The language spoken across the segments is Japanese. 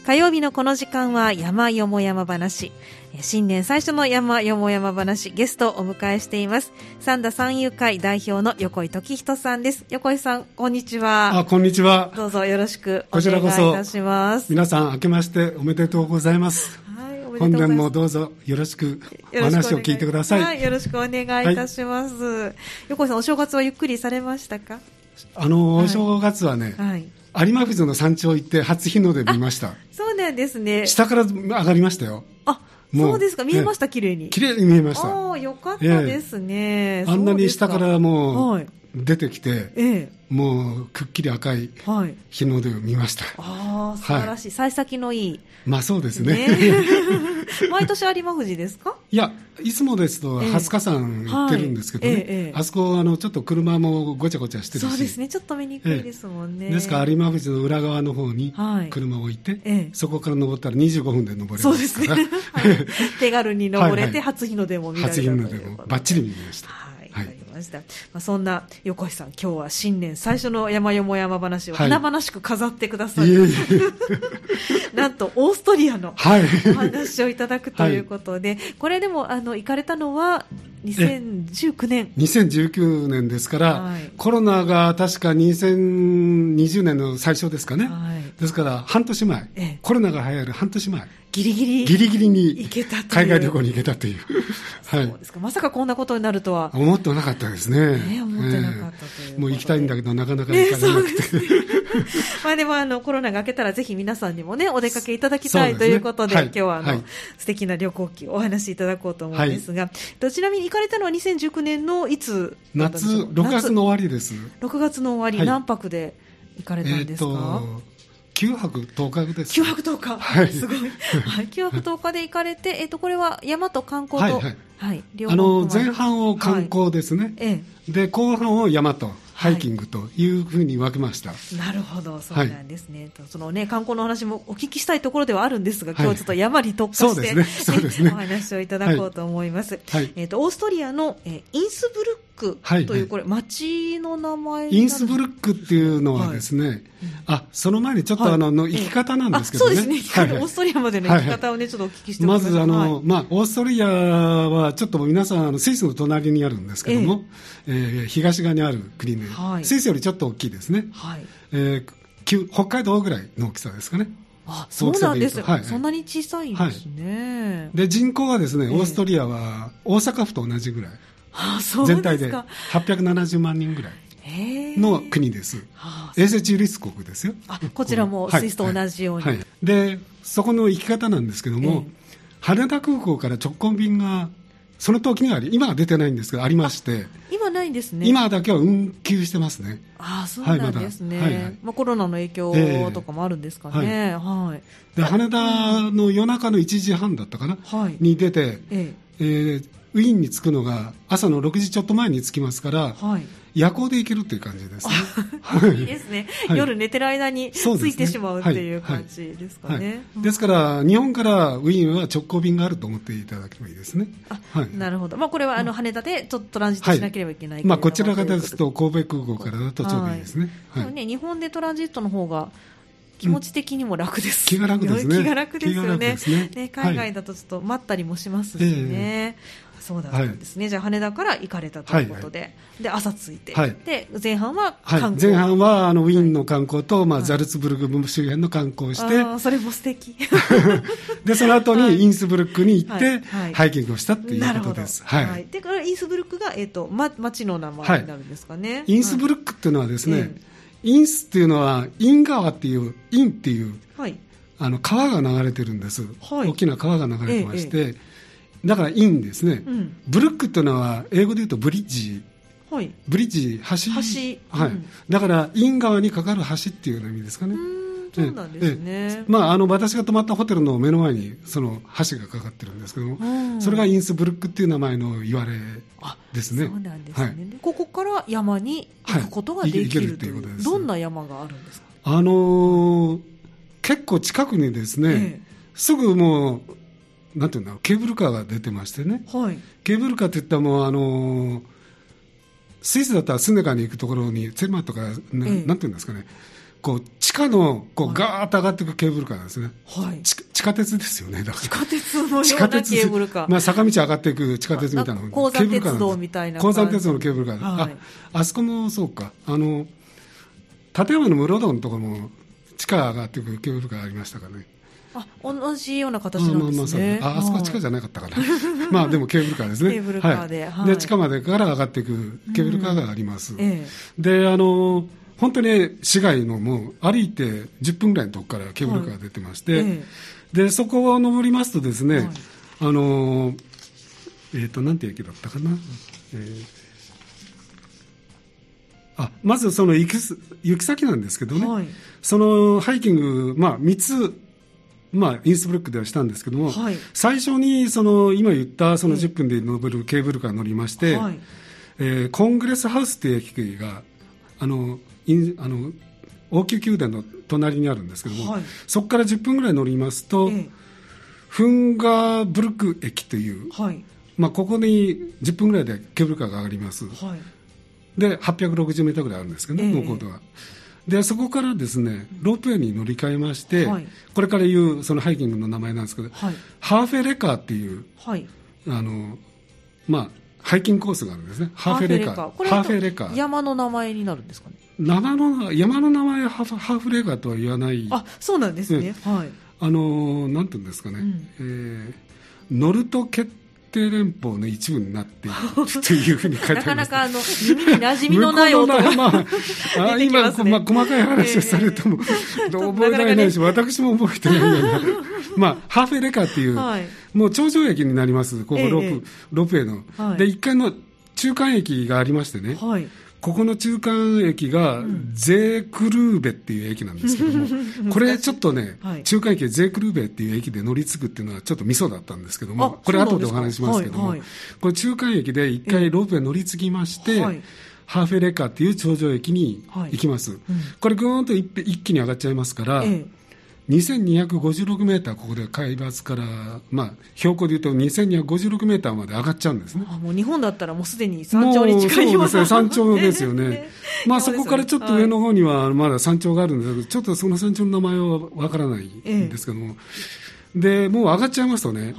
火曜日のこの時間は山よも山話。新年最初の山よも山話、ゲストをお迎えしています。三田三遊会代表の横井時人さんです。横井さん、こんにちは。 こんにちは。 どうぞよろしくお願いいたします。 皆さん明けましておめでとうございます。 はい、おめでとうございます。 本年もどうぞよろしくお話を聞いてください。 はい、よろしくお願いいたします。はい、横井さん、お正月はゆっくりされましたか？ お正月はね、 はい、 有馬富士の山頂行って初日の出見ました。 そうなんですね。 下から上がりましたよ。 そうですか。見えました。綺麗に。 綺麗に見えました。 よかったですね。 あんなに下からもう出てきて、もうくっきり赤い日の出を見ました。 素晴らしい。幸先のいい。 そうですね。 毎年有馬富士ですか？ いや、いつもですと飛鳥山行ってるんですけどね、あそこちょっと車もごちゃごちゃしてるし、 そうですね、ちょっと見にくいですもんね。 ですから有馬富士の裏側の方に車を置いて、そこから登ったら25分で登れますから、そうですね、 手軽に登れて初日の出も見られたということで、 初日の出もバッチリ見ました。 わかりました。そんな横井さん、今日は新年最初の山よも山話を華々しく飾ってください。なんとオーストリアのお話をいただくということで、これでも行かれたのは2019年。 2019年ですから、コロナが確か2020年の最初ですかね。ですから半年前、コロナが流行る半年前。ギリギリに海外旅行に行けたという。 そうですか。まさかこんなことになるとは思ってなかったですね。 思ってなかったという。 もう行きたいんだけどなかなか行かれなくて。 でもコロナが明けたらぜひ皆さんにもねお出かけいただきたいということで、今日は素敵な旅行記をお話しいただこうと思うんですが、ちなみに行かれたのは2019年のいつだったんでしょう？ 6月の終わりです。 6月の終わり、何泊で行かれたんですか ？9泊10日です。 9泊10日、すごい。9泊10日で行かれて、これは山と観光と、 両方前半を観光ですね。で後半を山とハイキングというふうに分けました。 なるほど、そうなんですね。そのね、観光の話もお聞きしたいところではあるんですが、今日はちょっと山に特化してお話をいただこうと思います。オーストリアのインスブルックというこれ町の名前。 インスブルックっていうのはですね、その前にちょっと行き方なんですけどね。 そうですね。オーストリアまでの行き方をねちょっとお聞きしてまずオーストリアはちょっと皆さんスイスの隣にあるんですけども、東側にある国で、スイスよりちょっと大きいですね。北海道ぐらいの大きさですかね。 そうなんです。そんなに小さいんですね。 で人口はですね、オーストリアは大阪府と同じぐらい、全体で870万人ぐらいの国です。永世中立国ですよ。 こちらもスイスと同じように。 でそこの行き方なんですけども、羽田空港から直行便がその時には今は出てないんですがありまして、 今ないんですね。 今だけは運休してますね。 そうなんですね。コロナの影響とかもあるんですかね。 で羽田の夜中の1時半だったかな、に出て、ウィーンに着くのが朝の6時ちょっと前に着きますから、夜行で行けるっていう感じですね。 いいですね。夜寝てる間に着いてしまうっていう感じですかね。 ですから日本からウィーンは直行便があると思っていただけばいいですね。 なるほど。これは羽田でちょっとトランジットしなければいけないけれども、 こちら側ですと神戸空港からだとちょうどいいですね。 日本でトランジットの方が気持ち的にも楽です。 気が楽ですね。 気が楽ですよね。海外だとちょっと待ったりもしますしね。そうだったんですね。じゃあ羽田から行かれたということで、で朝着いて、で前半は観光、 前半はウィーンの観光とザルツブルク周辺の観光をして、 それも素敵。 でその後にインスブルックに行ってハイキングをしたということです。 でこれインスブルックが町の名前になるんですかね。 インスブルックっていうのはですね、インスっていうのはイン川っていうインっていう川が流れてるんです。大きな川が流れてまして。だからインですね、ブルックっていうのは英語で言うとブリッジ、ブリッジ橋、だからイン川に架かる橋っていうような意味ですかね。 そうなんですね。 私が泊まったホテルの目の前にその橋が架かってるんですけども、それがインスブルックっていう名前の言われですね。 そうなんですね。ここから山に行くことができるという、どんな山があるんですか？ 結構近くにですね、すぐもうなんていうんだろう、ケーブルカーが出てましてね、ケーブルカーっていったらもうスイスだったらスネガに行くところにツェルマとかなんていうんですかね、 こう地下のこうガーッと上がっていくケーブルカーなんですね、はい、地下鉄ですよね。だから地下鉄のようなケーブルカー、 まあ、坂道上がっていく地下鉄みたいな鉱山鉄道みたいな鉱山鉄道のケーブルカー、はい、あそこもそうか、立山の室堂のところも地下上がっていくケーブルカーありましたかね。 同じような形なんですね。 あそこは地下じゃなかったかなまあでもケーブルカーですね。 ケーブルカーで、 はい、で地下までから上がっていくケーブルカーがあります、で本当に市街のもう歩いて10分ぐらいのところからケーブルカーが出てまして、でそこを登りますとですね、なんていう駅だったかな、まずその行き先なんですけどね、そのハイキング、3つ、インスブルックではしたんですけども、最初にその今言ったその10分で登るケーブルカーに乗りまして、コングレスハウスという駅が王宮宮殿の隣にあるんですけども、そこから10分ぐらい乗りますと、フンガーブルク駅という、ここに10分ぐらいでケーブルカーが上がります、で860メートルぐらいあるんですけどね、高度は。でそこからですねロープウェイに乗り換えまして、これから言うそのハイキングの名前なんですけど、ハーフェレカーっていう、ハイキングコースがあるんですね。ハーフェレカー。 これは山の名前になるんですかね。 山の名前はハーフレカーとは言わない。 そうなんですね。 なんていうんですかね、ノルト決定連邦の一部になっているというふうに書いてあります。 なかなか耳に馴染みのない音が出てきますね。 今、細かい話をされても、覚えられないし、私も覚えてないような。ハーフェレカーっていう、もう頂上駅になります、ここロープウェイの。で、一回の中間駅がありましてね。ここの中間駅がゼークルーベっていう駅なんですけども、これちょっとね、中間駅でゼークルーベっていう駅で乗り継ぐっていうのはちょっとミソだったんですけども、これ後でお話しますけども、これ中間駅で一回ロープウェイ乗り継ぎまして、ハーフェレカーっていう頂上駅に行きます。これぐーんと一気に上がっちゃいますから、2256メーター、ここで海抜から、標高でいうと2256メーターまで上がっちゃうんですね。 もう日本だったらもうすでに山頂に近いような。 そうですね、山頂ですよね。そこからちょっと上の方にはまだ山頂があるんですけど、ちょっとその山頂の名前はわからないんですけども、で、もう上がっちゃいますとね、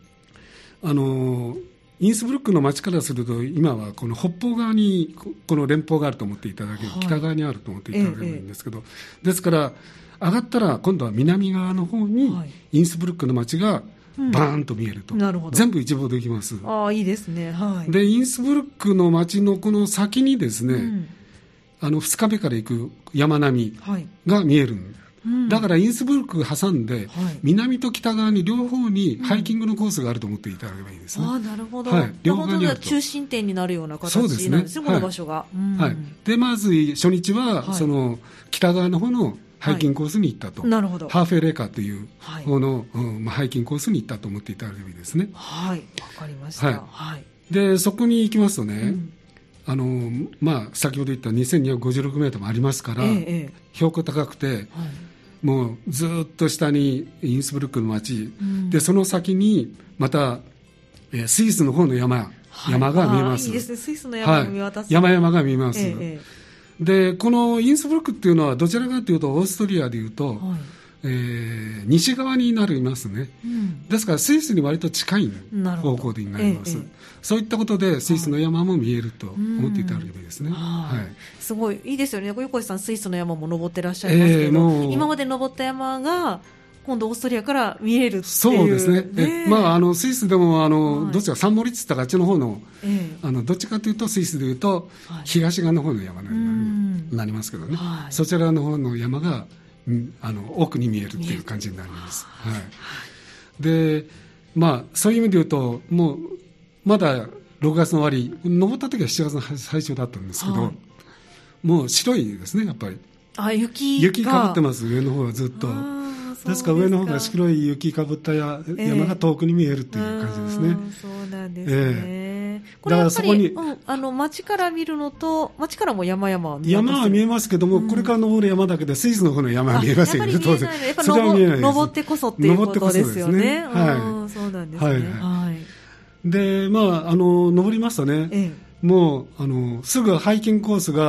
インスブルックの街からすると、今はこの北方側にこの連峰があると思っていただける、北側にあると思っていただければいいんですけど、ですから、上がったら今度は南側の方にインスブルックの街がバーンと見えると、全部一望できます。 いいですね。 でインスブルックの街のこの先にですね、2日目から行く山並みが見える、だからインスブルック挟んで、南と北側に両方にハイキングのコースがあると思っていただければいいですね。 なるほど。両方にあると中心点になるような形なんですね、この場所が。 でまず初日はその北側の方のハイキングコースに行ったと、 なるほど。 ハーフェレカーという方の、ハイキングコースに行ったと思っていただければいいですね。 わかりました。 でそこに行きますとね、先ほど言った2256メートルもありますから、標高高くて、もうずっと下にインスブルックの街、でその先にまた、スイスの方の山が見えます。 いいですね、スイスの山が見渡す、 山々が見えます。でこのインスブルックっていうのはどちらかというとオーストリアでいうと、西側になりますね、ですからスイスに割と近い方向になります。そういったことでスイスの山も見えると思っていただければいいですね。 すごいいいですよね。横井さんスイスの山も登ってらっしゃいますけど、今まで登った山が今度オーストリアから見えるっていう。 そうですね。スイスでもどっちかサンモリッツってあっちの方の、どっちかというとスイスでいうと東側の方の山になりますけどね、そちらの方の山が奥に見えるっていう感じになります。でそういう意味でいうともうまだ6月の終わり、登った時は7月の最初だったんですけど、もう白いですね、やっぱり。雪かぶってます、上の方はずっと。ですから上の方が白い雪かぶった山が遠くに見えるっていう感じですね。 そうなんですね。これやっぱり街から見るのと、街からも山は見えます。 山は見えますけども、これから登る山だけでスイスの方の山は見えませんよね、当然。 それは見えないです。登ってこそっていうことですよね。そうなんですね。 で登りますとね、もうすぐハイキングコースが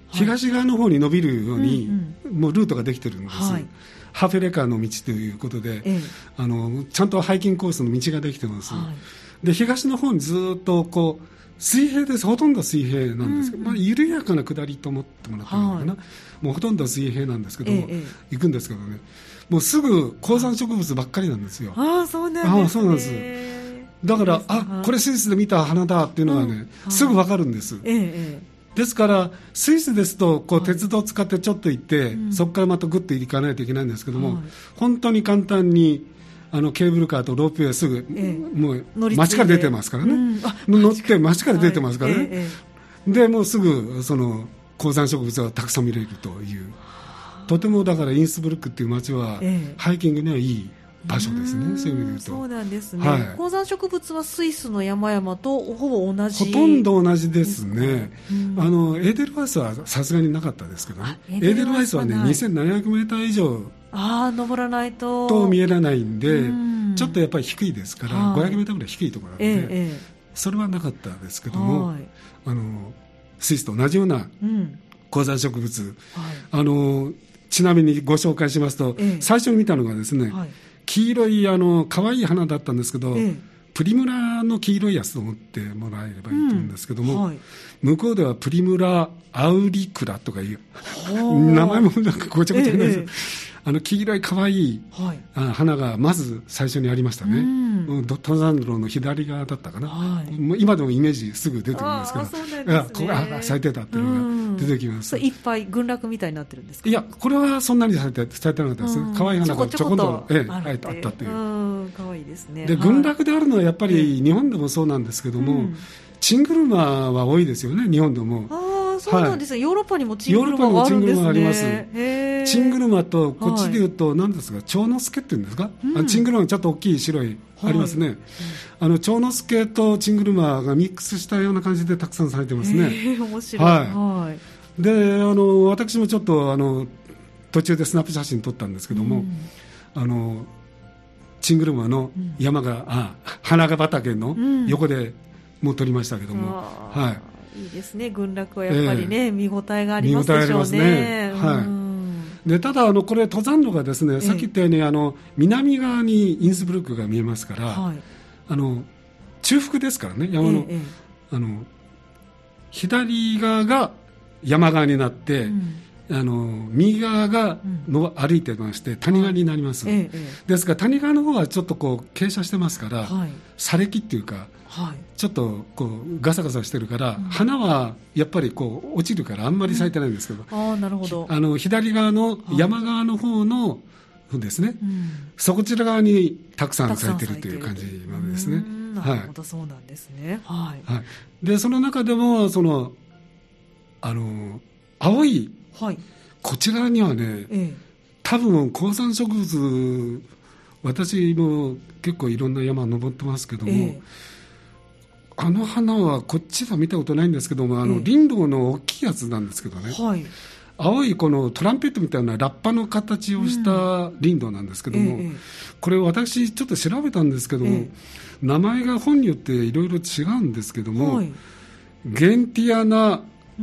東側の方に伸びるように、もうルートができてるんです、ハーフェレカーの道ということで、ちゃんとハイキングコースの道ができてます、で東の方にずっとこう水平です。ほとんど水平なんですけど、緩やかな下りと思ってもらってもいいのかな、もうほとんど水平なんですけども、行くんですけどね、もうすぐ高山植物ばっかりなんですよ。 そうなんですね。 そうなんです。だからこれスイスで見た花だっていうのがね、すぐ分かるんです、ですからスイスですとこう鉄道を使ってちょっと行って、そこからまたグッと行かないといけないんですけども、本当に簡単にケーブルカーとロープウェイすぐ、もう街から出てますからね、乗って街から出てますからね、でもうすぐその高山植物がたくさん見れるという、とてもだからインスブルックっていう街は、ハイキングにはいい場所ですね、そういう意味で言うと。 そうなんですね、高山植物はスイスの山々とほぼ同じ、 ほとんど同じですね、エーデルワイスはさすがになかったですけどね、エーデルワイスはね2700メーター以上登らないと見えないんで、ちょっとやっぱり低いですから、500メーターぐらい低いところなので、それはなかったですけども、スイスと同じような高山植物、ちなみにご紹介しますと、最初に見たのがですね、黄色い可愛い花だったんですけど、プリムラの黄色いやつと思ってもらえればいいと思うんですけども、向こうではプリムラアウリクラとかいう名前もなんかごちゃごちゃなんですよ、黄色い可愛い花がまず最初にありましたね、登山路の左側だったかな、今でもイメージすぐ出てくるんですけど、咲いてたっていうのが出てきます。 いっぱい群落みたいになってるんですか？ いや、これはそんなに咲いてなかったです、可愛い花がちょこっとあったっていう、 可愛いですね。 で群落であるのはやっぱり日本でもそうなんですけども、チングルマは多いですよね、日本でも。 そうなんですね、ヨーロッパにもチングルマがあるんですね。 あります。チングルマとこっちでいうと何ですか、蝶之助っていうんですか、チングルマちょっと大きい白いありますね、蝶之助とチングルマがミックスしたような感じでたくさん咲いてますね。 面白い。 で私もちょっと途中でスナップ写真撮ったんですけども、チングルマの山が、花が畑の横でもう撮りましたけども、 いいですね、群落はやっぱりね、見応えがありますでしょうね。 でただこれ登山路がですね、さっき言ったように南側にインスブルックが見えますから、中腹ですからね、山の、左側が山側になって、右側が歩いてまして谷側になります、ですから谷側の方はちょっとこう傾斜してますから、砂礫っていうか、ちょっとこうガサガサしてるから、花はやっぱりこう落ちるからあんまり咲いてないんですけど、 なるほど、 左側の山側の方のですね、そちら側にたくさん咲いてるという感じなんですね。 なるほど、そうなんですね。 でその中でも青い、こちらにはね、多分高山植物、私も結構いろんな山登ってますけども、花はこっちでは見たことないんですけども、林道の大きいやつなんですけどね、青いこのトランペットみたいなラッパの形をした林道なんですけども、これ私ちょっと調べたんですけども、名前が本によっていろいろ違うんですけども、ゲンティアナ、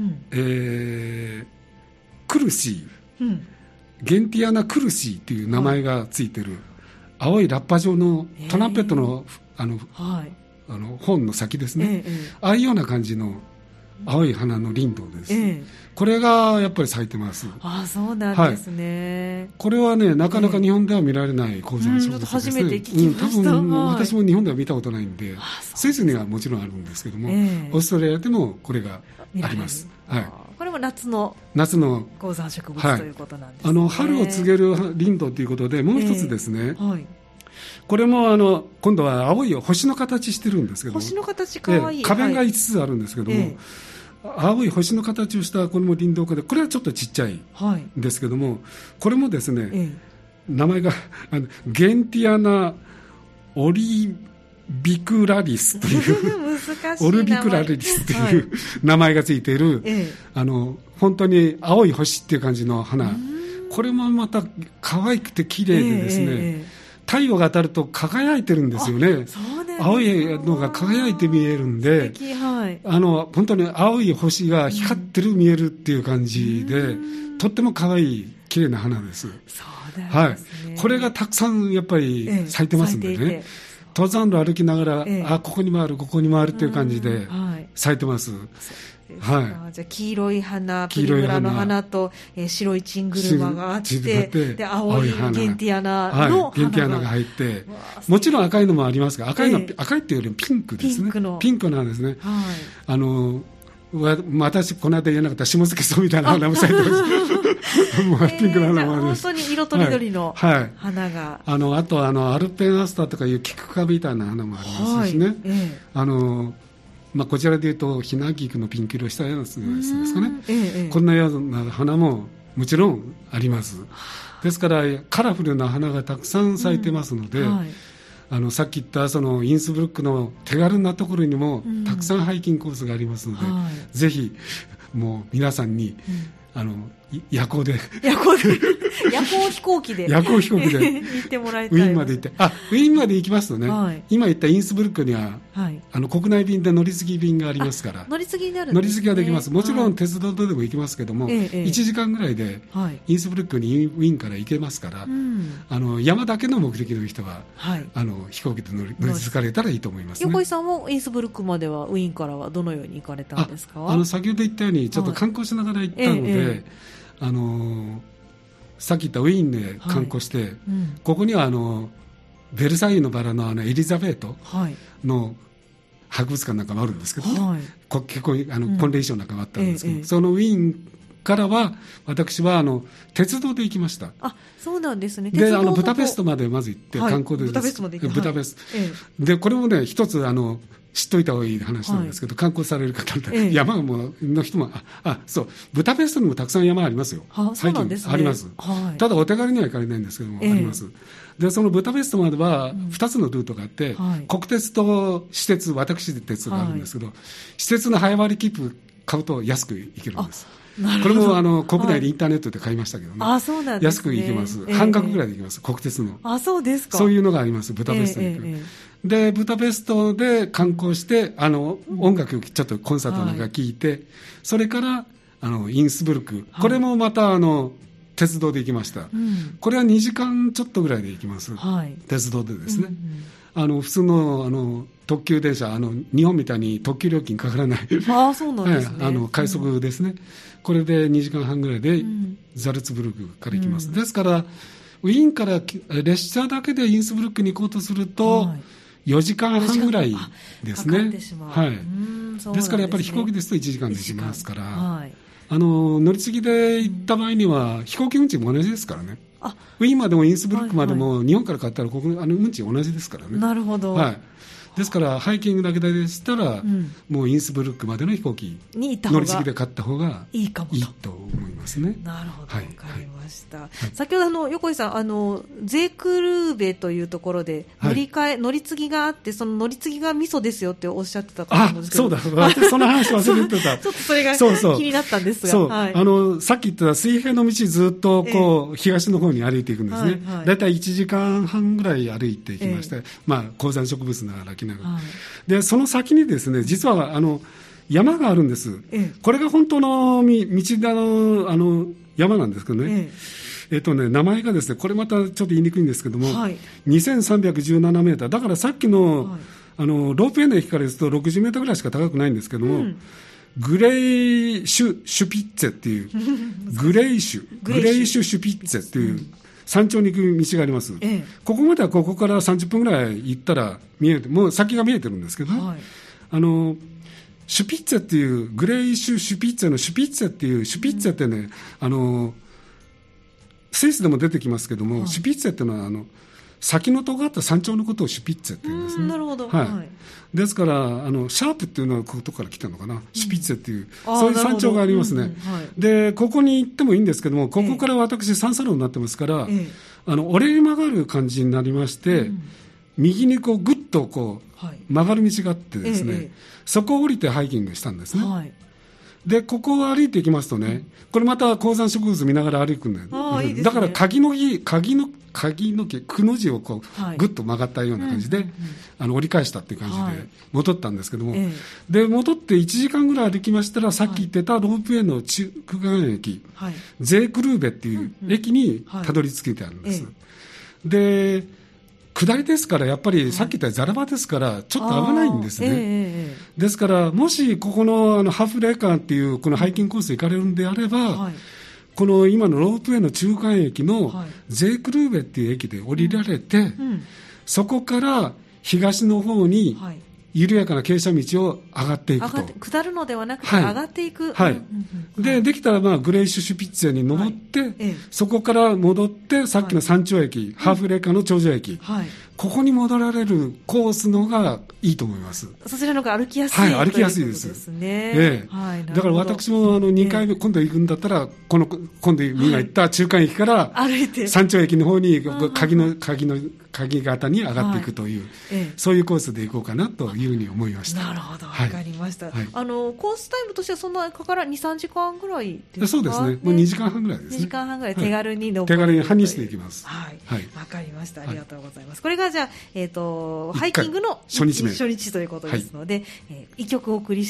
クルシー、ゲンティアナクルシーという名前がついてる、青いラッパ状のトランペットの本の先ですね、ああいうような感じの青い花の林道です、これがやっぱり咲いてます。 そうなんですね、 これはね、なかなか日本では見られない高山植物ですね。 初めて聞きました。 多分私も日本では見たことないんで、スイスにはもちろんあるんですけども、オーストラリアでもこれがあります。 これも夏の高山植物ということなんですね。 春を告げる林道ということで、もう一つですね、これも今度は青い星の形してるんですけど、 星の形かわいい、 花弁が5つあるんですけども、青い星の形をしたこれも林道花で、これはちょっとちっちゃいんですけども、これもですね、名前がゲンティアナオリビクラリスというオルビクラリスという名前がついている、本当に青い星っていう感じの花、これもまた可愛くて綺麗でですね、太陽が当たると輝いてるんですよね。 青いのが輝いて見えるんで、 はい、 本当に青い星が光ってる、見えるっていう感じで、とっても可愛い綺麗な花です。 そうなんですね。 はい、これがたくさんやっぱり咲いてますんでね、登山路歩きながら、ここにもある、ここにもあるっていう感じで咲いてます。 はい、じゃあ黄色い花、プリムラの花と、白いチングルマがあって、で青いゲンティアナの花が、 ゲンティアナが入って、もちろん赤いのもありますが、赤いっていうよりピンクですね。ピンクなんですね。私この間言えなかった下関草みたいな花も咲いてます。ピンクの花もあります。 本当に色とりどりの花が。 あとアルペンアスターとかいうキク科みたいな花もありますしね。こちらでいうとヒナギクのピンク色したようなやつですかね、こんなような花ももちろんあります。ですからカラフルな花がたくさん咲いてますので、さっき言ったそのインスブルックの手軽なところにもたくさんハイキングコースがありますので、ぜひもう皆さんに、夜行飛行機で行ってもらいたい。 ウィーンまで行って、ウィーンまで行きますとね、今言ったインスブルックには、国内便で乗り継ぎ便がありますから、 乗り継ぎになるんですね。 乗り継ぎができます。もちろん鉄道でも行きますけども、1時間ぐらいでインスブルックにウィーンから行けますから、山だけの目的の人は、飛行機で乗り継がれたらいいと思いますね。 横井さんもインスブルックまではウィーンからはどのように行かれたんですか？ 先ほど言ったようにちょっと観光しながら行ったので、さっき言ったウィーンで観光して、ここにはベルサイユのバラのエリザベートの博物館なんかもあるんですけど、結構婚礼衣装なんかもあったんですけど、そのウィーンからは私は鉄道で行きました。 そうなんですね。 でブダペストまでまず行って観光で、 ブダペストまで行って、 ブダペストでこれもね一つ知っといた方がいい話なんですけど、観光される方って山の人もそうブダペストにもたくさん山ありますよ。 最近あります。ただお手軽には行かれないんですけども、あります。でそのブダペストまでは2つのルートがあって、国鉄と私鉄、私鉄があるんですけど、私鉄の早割り切符買うと安く行けるんです。これも国内でインターネットで買いましたけどね、安く行けます。半額ぐらいで行けます、国鉄の。 そうですか。 そういうのがあります、ブダペストに行く。でブダペストで観光して音楽ちょっとコンサートなんか聴いて、それからインスブルク、これもまた鉄道で行きました、これは2時間ちょっとぐらいで行きます、鉄道でですね、普通の特急電車、日本みたいに特急料金かからないそうなんですね、 快速ですね、これで2時間半ぐらいでザルツブルクから行きます、ですからウィーンから列車だけでインスブルクに行こうとすると、4時間半ぐらいですね。ですからやっぱり飛行機ですと1時間で行きますから、乗り継ぎで行った場合には飛行機運賃も同じですからね。ウィーンまでもインスブルックまでも日本から買ったら運賃同じですからね。 なるほど。 ですからハイキングだけでしたら、もうインスブルックまでの飛行機乗り継ぎで買った方がいいと思いますね。 なるほど、分かりました、先ほど横井さんゼークルーベというところで乗り継ぎがあって、その乗り継ぎがミソですよっておっしゃってたと思うんですけど、 そうだその話忘れてたちょっとそれが気になったんですが、 さっき言った水平の道ずっと東の方に歩いていくんですね。だいたい1時間半ぐらい歩いていきまして、高山植物ながらでその先にですね、実は山があるんです、これが本当の道の山なんですけどね、名前がですね、これまたちょっと言いにくいんですけども、2317メーターだからさっきの、ロープウェイの駅からですと60メーターぐらいしか高くないんですけども、グレイシュピッツェっていうグレイシュシュピッツェっていう山頂に行く道があります、ここまではここから30分ぐらい行ったらもう先が見えてるんですけどね、シュピッツェっていうグレイシュシュピッツェのシュピッツェっていうシュピッツェってね、スイスでも出てきますけども、シュピッツェっていうのは先の尖った山頂のことをシュピッツェって言うんですね。 なるほど、 ですからシャープっていうのはこことから来たのかな、シュピッツェっていうそういう山頂がありますね、でここに行ってもいいんですけども、ここから私三叉路になってますから、折れ曲がる感じになりまして、右にグッと曲がる道があってですね、そこを降りてハイキングしたんですね、 でここを歩いていきますとね、これまた高山植物見ながら歩くんだよ、いいですね、だから鍵の木くの字をこうぐっと曲がったような感じで、折り返したっていう感じで戻ったんですけども、で戻って1時間ぐらい歩きましたら、さっき言ってたロープウェイの中間駅、ゼークルーベっていう駅にたどり着けてあるんです、で下りですから、やっぱりさっき言ったザラバですから、ちょっと危ないんですね、ですからもしここのハーフレーカーっていうこのハイキングコース行かれるんであれば、この今のロープウェイの中間駅のゼークルーベっていう駅で降りられて、そこから東の方に緩やかな傾斜道を上がっていくと。 下るのではなくて上がっていく。 できたらグレイシュシュピッツェに登って、そこから戻ってさっきの山頂駅、ハーフレーカーの頂上駅、ここに戻られるコースの方がいいと思います。 そちらの方が歩きやすい、 歩きやすいです。だから私も2回目今度行くんだったら、今度みんな行った中間駅から山頂駅の方に鍵型に上がっていくという、そういうコースで行こうかなというふうに思いました。 なるほど、わかりました。コースタイムとしてはそんなかから 2,3 時間ぐらいですか？ そうですね。もう2時間半ぐらいですね。 2時間半ぐらい手軽に手軽に半日で行きます。 わかりました。ありがとうございます。これがじゃあハイキングの初日ということですので、1曲お送りして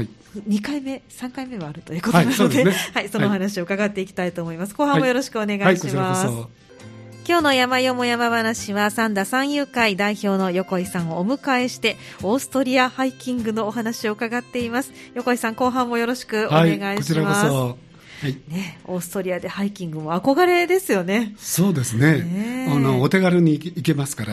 、2回目、3回目はあるということなので、その話を伺っていきたいと思います。後半もよろしくお願いします。今日の山よも山話は三田山友会代表の横井さんをお迎えしてオーストリアハイキングのお話を伺っています。横井さん、後半もよろしくお願いします。 こちらこそ。 オーストリアでハイキングも憧れですよね。 そうですね。お手軽に行けますから、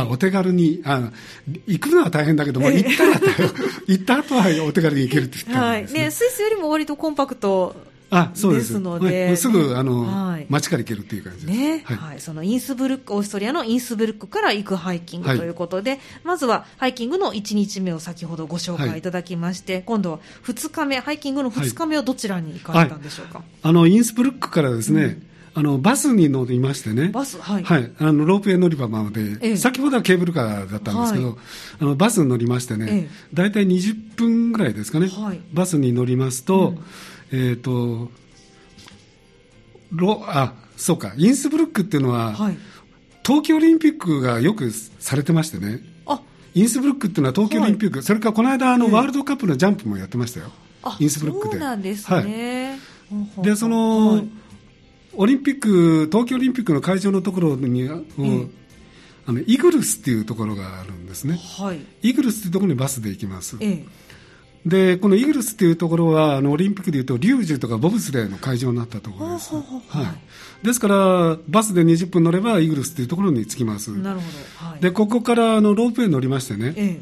お手軽に行くのは大変だけども、行った後はお手軽に行けるって言ったんですね。 スイスよりも割とコンパクトですので、 すぐ街から行けるっていう感じです。 そのオーストリアのインスブルックから行くハイキングということで、まずはハイキングの1日目を先ほどご紹介いただきまして、今度は2日目、ハイキングの2日目はどちらに行かれたんでしょうか？ インスブルックからですね、バスに乗りましてね、ロープウェイ乗り場まで、先ほどはケーブルカーだったんですけど、バスに乗りましてね、だいたい20分ぐらいですかね、バスに乗りますと、そうか、インスブルックっていうのは、冬季オリンピックがよくされてましてね、インスブルックっていうのは冬季オリンピック、それからこの間ワールドカップのジャンプもやってましたよ、インスブルックで。 そうなんですね。 で、そのオリンピック、冬季オリンピックの会場のところに、イグルスっていうところがあるんですね。イグルスっていうところにバスで行きます。でこのイグルスっていうところはオリンピックでいうとリュージュとかボブスレーの会場になったところです。ですからバスで20分乗ればイグルスっていうところに着きます。 なるほど。 でここからロープウェイに乗りましてね、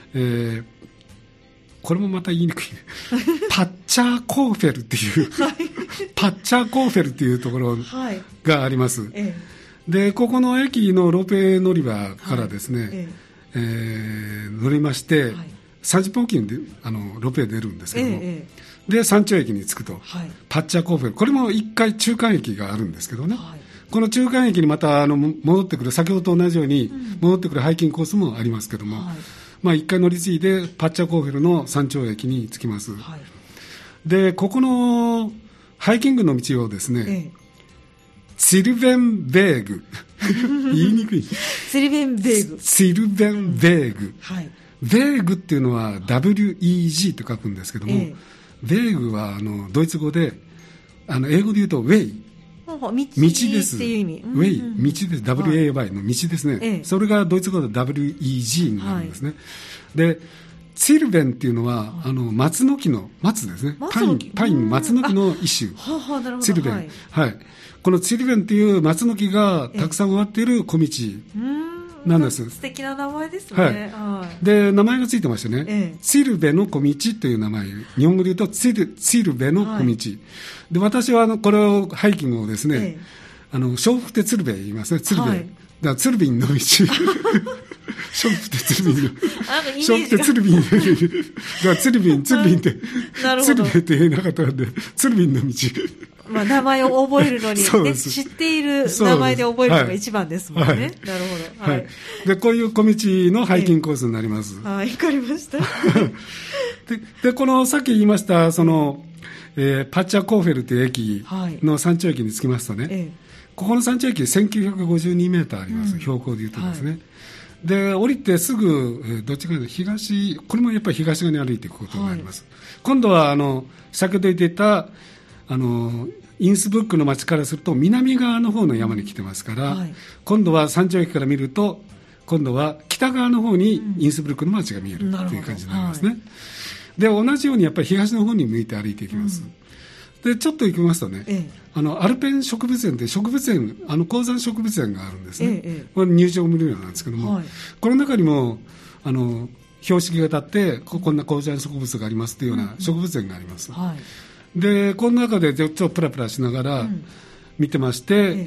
これもまた言いにくいパッチャーコーフェルっていうパッチャーコーフェルっていうところがあります。でここの駅のロープウェイ乗り場からですね、乗りまして、30分おきにロープウェイ出るんですけども、で山頂駅に着くと、パッチャーコーフェル、これも1回中間駅があるんですけどね、この中間駅にまた戻ってくる、先ほどと同じように戻ってくるハイキングコースもありますけども、1回乗り継いでパッチャーコーフェルの山頂駅に着きます。でここのハイキングの道をですね、ツィルベンベーグ言いにくいツィルベンベーグベーグっていうのは WEG と書くんですけども、ベーグはドイツ語で英語で言うとウェイ、道です。ウェイ、道です。WAY の道ですね。それがドイツ語で WEG になるんですね。でツィルベンっていうのは松の木の松ですね。パイン松の木の一種。ツィルベン。このツィルベンっていう松の木がたくさん植わっている小道なんです。 素敵な名前ですね。 で名前がついてましてね、ツィルベの小道という名前、日本語で言うとツィルベの小道、で私はこれをハイキングをですね、笑福亭鶴瓶言いますね。鶴瓶、だから鶴瓶の道笑福亭鶴瓶の笑福亭鶴瓶だから鶴瓶って鶴瓶って言えなかったので鶴瓶の道名前を覚えるのに、知っている名前で覚えるのが一番ですもんね。なるほど。 でこういう小道のハイキングコースになります。 わかりました。 でこのさっき言いましたそのパッチャーコーフェルという駅の山頂駅に着きますとね、ここの山頂駅1952メーターあります、標高でいうとですね。で降りてすぐ、どっちかというと東、これもやっぱり東側に歩いていくことになります。今度は先ほど言っていたインスブルックの町からすると南側の方の山に来てますから、今度は山頂駅から見ると今度は北側の方にインスブルックの町が見えるという感じになりますね。で同じようにやっぱり東の方に向いて歩いていきます。でちょっと行きますとね、アルペン植物園で植物園、高山植物園があるんですね。これ入場無料なんですけども、この中にも標識が立ってこんな高山植物がありますというような植物園があります。でこの中でちょっとプラプラしながら見てまして、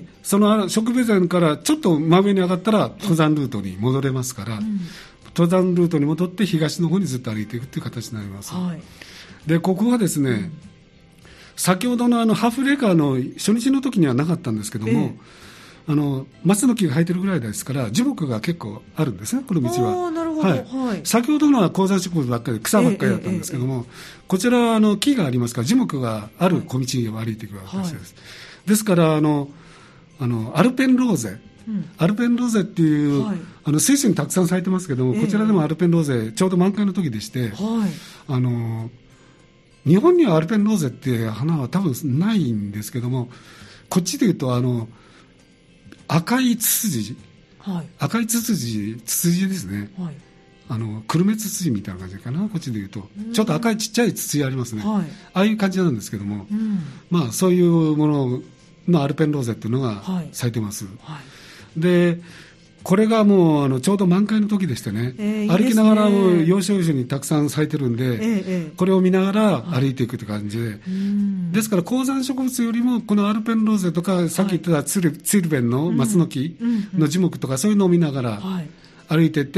その植物園からちょっと真上に上がったら登山ルートに戻れますから、登山ルートに戻って東の方にずっと歩いていくという形になります。でここはですね、先ほどのハーフレーカーの初日の時にはなかったんですけども、松の木が生えてるぐらいですから樹木が結構あるんですね、この道は。 なるほど、 先ほどのは高山植物ばっかり草ばっかりだったんですけども、こちらは木がありますから樹木がある小道を歩いていくわけです。ですからアルペンローゼ、アルペンローゼっていう、スイスにたくさん咲いてますけども、こちらでもアルペンローゼちょうど満開の時でして、日本にはアルペンローゼっていう花は多分ないんですけども、こっちでいうと赤いツツジ、赤いツツジですね、クルメツツジみたいな感じかな、こっちでいうとちょっと赤いちっちゃいツツジありますね、ああいう感じなんですけども、まあそういうもののアルペンローゼっていうのが咲いてます。でこれがもうちょうど満開の時でしてね、歩きながら要所要所にたくさん咲いてるんで、これを見ながら歩いていくという感じで、ですから高山植物よりもこのアルペンローゼとか、さっき言ってたツィルベンの松の木の樹木とか、そういうのを見ながら歩いていって、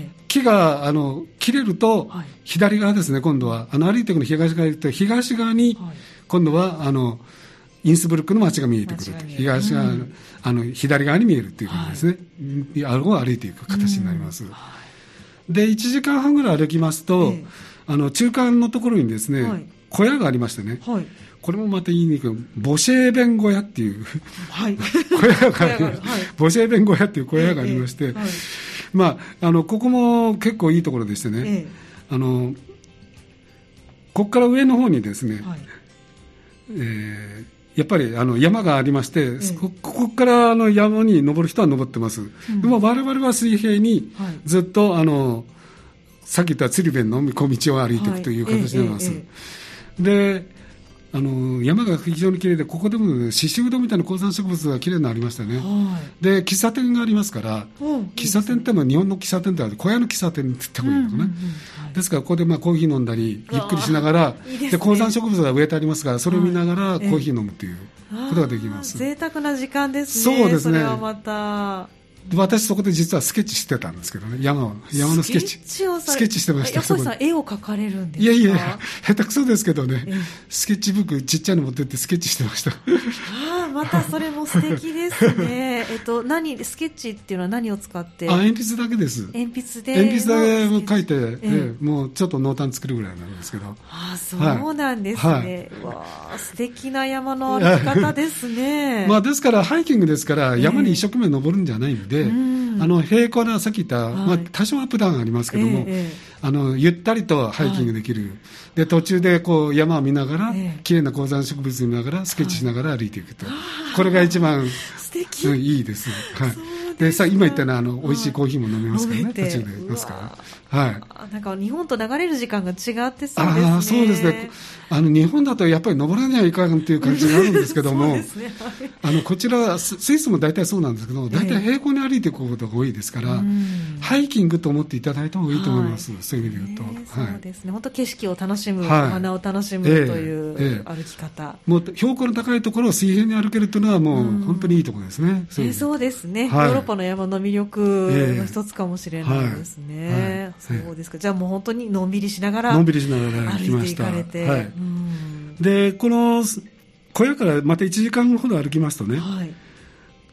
木が切れると左側ですね、今度は歩いていくの東側に行くと東側に今度はインスブルックの街が見えてくると、東側、左側に見えるという感じですね、を歩いていく形になります。で1時間半ぐらい歩きますと、中間のところにですね、小屋がありましてね、これもまた言いにくい、ボシェーベン小屋っていう小屋があります。ボシェーベン小屋っていう小屋がありまして、まあ、ここも結構いいところでしてね、ここから上の方にですね、やっぱり山がありまして、ここから山に登る人は登ってます。でも我々は水平にずっとさっき言ったツィルベンの小道を歩いていくという形になります。で山が非常にきれいで、ここでも獅子うどみたいな高山植物がきれいになりましたね。で喫茶店がありますから、喫茶店って日本の喫茶店って小屋の喫茶店って言った方がいいのかな、ですからここでコーヒー飲んだりゆっくりしながら、で高山植物が植えてありますから、それを見ながらコーヒー飲むということができます。 贅沢な時間ですね。そうですね。それはまた私そこで実はスケッチしてたんですけどね、山のスケッチしてました。 横井さん絵を描かれるんですか？ いやいや下手くそですけどね、スケッチブックちっちゃいの持ってってスケッチしてました。 またそれも素敵ですね。スケッチっていうのは何を使って？ 鉛筆だけです。 鉛筆だけ描いて、もうちょっと濃淡作るぐらいなんですけど。 そうなんですね。素敵な山の歩き方ですね。 ですからハイキングですから山に一生懸命登るんじゃないんで、平行なさっき言った、多少アップダウンありますけども、ゆったりとハイキングできる。で途中で山を見ながら、綺麗な高山植物を見ながらスケッチしながら歩いていくと、これが一番素敵、 いいです。で今言ったような美味しいコーヒーも飲めますからね、途中でますから。 なんか日本と流れる時間が違ってそうですね。 そうですね。日本だとやっぱり登らにはいかんという感じがあるんですけども、こちらスイスも大体そうなんですけど、大体平行に歩いていくことが多いですから、ハイキングと思っていただいた方がいいと思います。そういう意味で言うと、 そうですね。本当景色を楽しむ、お花を楽しむという歩き方。 もう標高の高いところを水平に歩けるというのはもう本当にいいところですね。 そうですね。ヨーロッパの山の魅力の一つかもしれないですね。そうですか。じゃあもう本当にのんびりしながら歩いていかれて、 でこの小屋からまた1時間ほど歩きますとね、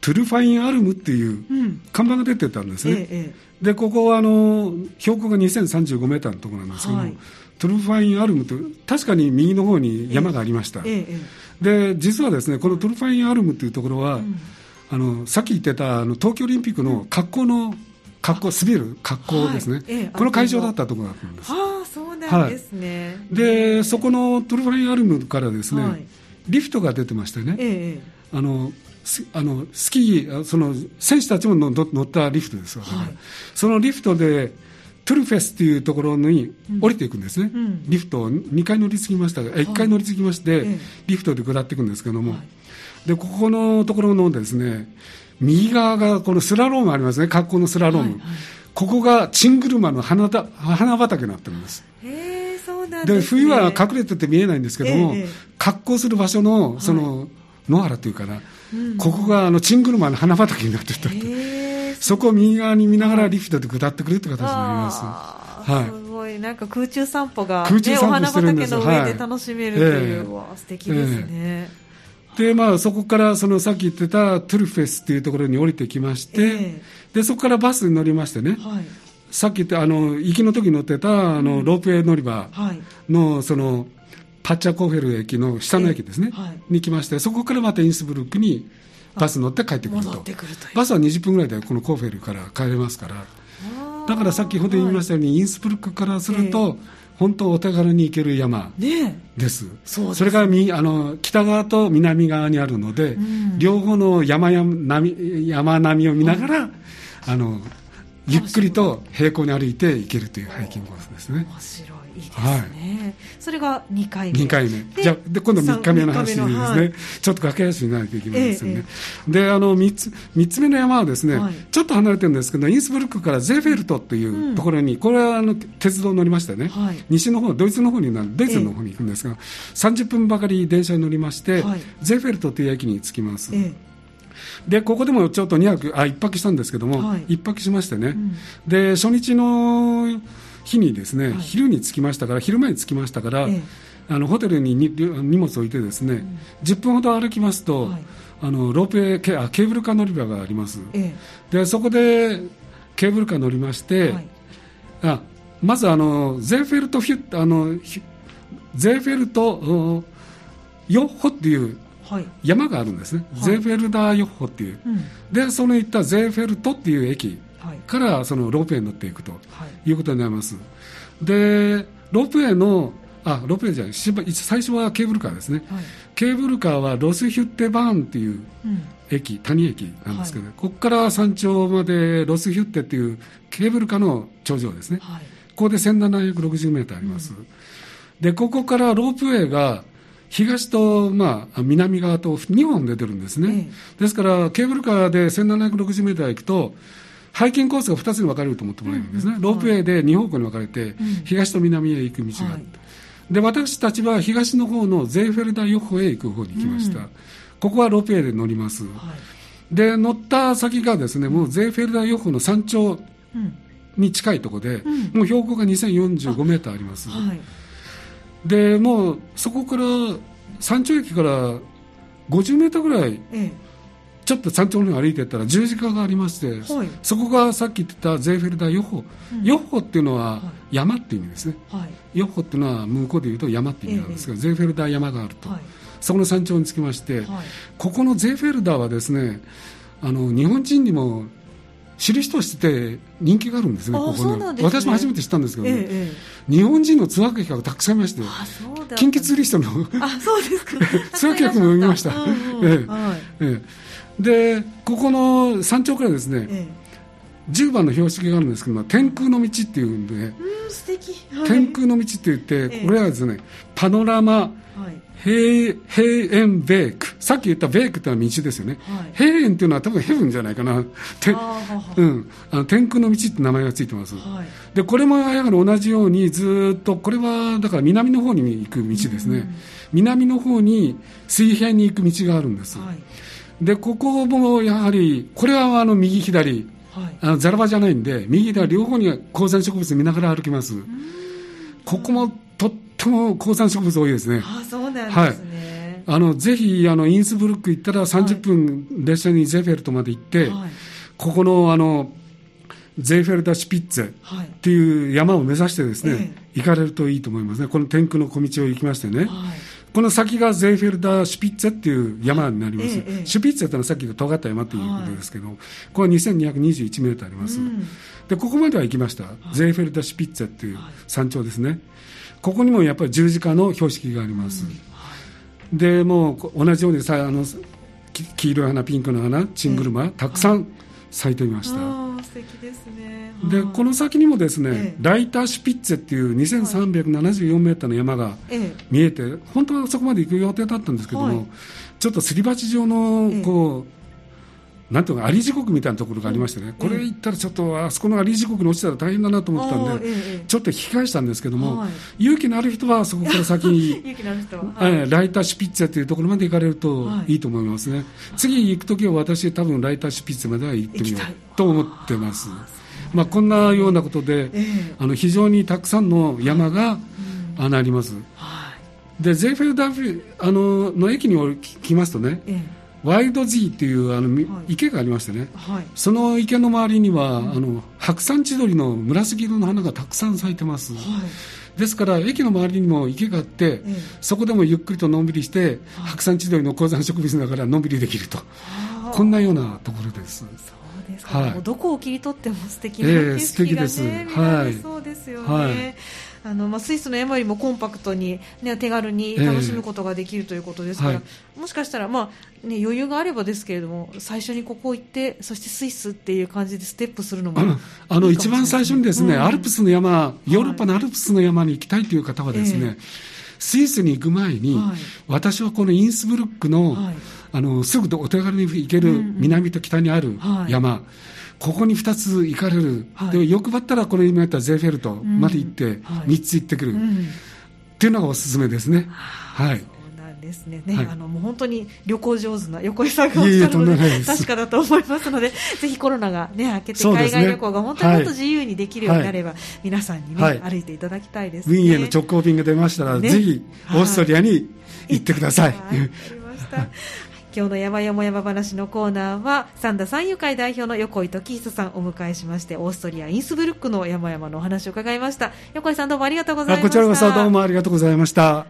トゥルファインアルムっていう看板が出てたんですね、でここは標高が2035メーターのところなんですけども、トゥルファインアルムと確かに右の方に山がありました、で実はですねこのトゥルファインアルムというところは、さっき言ってた東京オリンピックの滑る格好ですね、この会場だったところだったんです。 そうなんですね、 でそこのトゥルファインアルムからですね、リフトが出てましてね、スキーその選手たちも乗ったリフトですよ、そのリフトでトゥルフェスというところに降りていくんですね、リフトを2回乗り継ぎましたが、1回乗り継ぎまして、リフトで下っていくんですけども、でここのところのですね右側がこのスラロームありますね、格好のスラローム、ここがチングルマの花畑になってるんです。 そうなんですね、 で冬は隠れてて見えないんですけども、格好する場所のその野原というかな、ここがチングルマの花畑になっていたって、そこを右側に見ながらリフトで下ってくるという形になります。 すごいなんか空中散歩が、ね、お花畑の上で楽しめるという、素敵ですね。 でそこからさっき言ってたトゥルフェスっていうところに降りてきまして、でそこからバスに乗りましてね、さっき言った行きの時に乗ってたロープウェイ乗り場のそのパッチャコーフェル駅の下の駅ですね、に来まして、そこからまたインスブルックにバス乗って帰ってくると。バスは20分ぐらいでこのコーフェルから帰れますから、だからさっきほど言いましたように、インスブルックからすると、本当お手軽に行ける山です。それから北側と南側にあるので、両方の山並みを見ながら、ゆっくりと平行に歩いて行けるというハイキングコースですね。 面白い、いいですね。それが2回目。 じゃあ今度3日目の話ですね。ちょっと駆け足にならなきゃいけないですよね。で3つ目の山はですね、ちょっと離れてるんですけど、インスブルックからゼーフェルトというところに、これは鉄道に乗りましてね、西の方、ドイツの方に行くんですが、30分ばかり電車に乗りまして、ゼーフェルトという駅に着きます。でここでもちょっと1泊したんですけども、1泊しましてね、で初日の日にですね、昼に着きましたから、昼前に着きましたから、ホテルに荷物を置いてですね、10分ほど歩きますと、ロープウェイケーブルカー乗り場があります、でそこでケーブルカー乗りまして、まずゼーフェルトヨッホっていう山があるんですね、ゼーフェルダーヨッホっていう、でその行ったゼーフェルトっていう駅からそのロープウェイに乗っていくということになります。でロープウェイじゃない、最初はケーブルカーですね、ケーブルカーはロスヒュッテバーンっていう駅、谷駅なんですけど、ここから山頂までロスヒュッテっていうケーブルカーの頂上ですね、ここで1760メーターあります、でここからロープウェイが東と、南側と2本出てるんですね、ですからケーブルカーで1760メーター行くとハイキングコースが2つに分かれると思ってもらえるんですね、ロープウェイで2方向に分かれて、東と南へ行く道がある、で私たちは東の方のゼーフェルダーヨッホへ行く方に行きました、ここはロープウェイで乗ります、で乗った先がですね、もうゼーフェルダーヨッホの山頂に近いところで、もう標高が2045メーターあります、でもうそこから山頂駅から50メーターぐらい、ちょっと山頂の方に歩いていったら十字架がありまして、そこがさっき言ってたゼーフェルダーヨッホ、ヨッホっていうのは山っていう意味ですね、ヨッホっていうのは向こうで言うと山っていう意味なんですが、ゼーフェルダー山があると、そこの山頂に着きまして、ここのゼーフェルダーはですね、日本人にも知る人をして人気があるんですね、ここね。私も初めて知ったんですけどね、日本人のツアー客がたくさんいまして、近畿ツーリストのツアー客も見ました。でここの山頂からですね、10番の標識があるんですけど、天空の道っていうんで、 素敵、 天空の道って言って、これはですね、パノラマ平園ベーク、さっき言ったベークってのは道ですよね、平園っていうのは多分ヘブンじゃないかな、天空の道って名前がついてます、でこれもやはり同じようにずっと、これはだから南の方に行く道ですね、南の方に水平に行く道があるんです、でここもやはりこれは右左、ザラバじゃないんで、右左両方に高山植物見ながら歩きます。ここもとっても高山植物多いですね。 そうなんですね。 ぜひインスブルック行ったら30分列車にゼーフェルトまで行って、ここのゼーフェルダシュピッツェっていう山を目指してですね、行かれるといいと思いますね。この天空の小道を行きましてね、この先がゼーフェルダシュピッツェっていう山になります。シュピッツェというのはさっきの尖った山ということですけど、ここは2221メートルあります。でここまでは行きました。ゼーフェルダシュピッツェっていう山頂ですね。ここにもやっぱり十字架の標識があります。でもう同じようにさ黄色い花、ピンクの花、チングルマ、たくさん咲いていました。 素敵ですね。 でこの先にもですね、ライターシュピッツェっていう2374メートルの山が見えて、本当はそこまで行く予定だったんですけども、ちょっとすり鉢状のこう、なんていうか、アリ地獄みたいなところがありましてね、これ行ったらちょっとあそこのアリ地獄に落ちたら大変だなと思ったんで、ちょっと引き返したんですけども、勇気のある人はそこから先に勇気のある人は、 ライターシュピッツェというところまで行かれるといいと思いますね。次行くときは私多分ライターシュピッツェまでは行ってみようと思ってます。こんなようなことで、非常にたくさんの山があります。でゼーフェルダの駅に来ますとね、ワイルド Z っていう池がありましてね、その池の周りには白山千鳥の紫色の花がたくさん咲いてます。ですから駅の周りにも池があって、そこでもゆっくりとのんびりして、白山千鳥の高山植物だからのんびりできると、こんなようなところです。 そうですか。どこを切り取っても素敵な景色がね、見られそうですよね。スイスの山よりもコンパクトに、手軽に楽しむことができるということですから、もしかしたら、余裕があればですけれども、最初にここ行って、そしてスイスっていう感じでステップするのもいいかもしれない。 一番最初にですね、アルプスの山、ヨーロッパのアルプスの山に行きたいという方はですね、スイスに行く前に、私はこのインスブルックの、すぐお手軽に行ける南と北にある山、ここに2つ行かれる、で欲張ったらこれ今やったらゼーフェルトまで行って、3つ行ってくる、っていうのがおすすめですね。 ですね。もう本当に旅行上手な横井さんがおっしゃるので確かだと思いますので、ぜひコロナが明けて海外旅行が本当にもっと自由にできるようになれば、皆さんに歩いていただきたいですね。 ウィーンへの直行便が出ましたら、ぜひオーストリアに行ってください。わかりました。 今日の山よも山話のコーナーは三田山友会代表の横井時久さんをお迎えしまして、オーストリアインスブルックの山々のお話を伺いました。横井さん、どうもありがとうございました。 こちらこそどうもありがとうございました。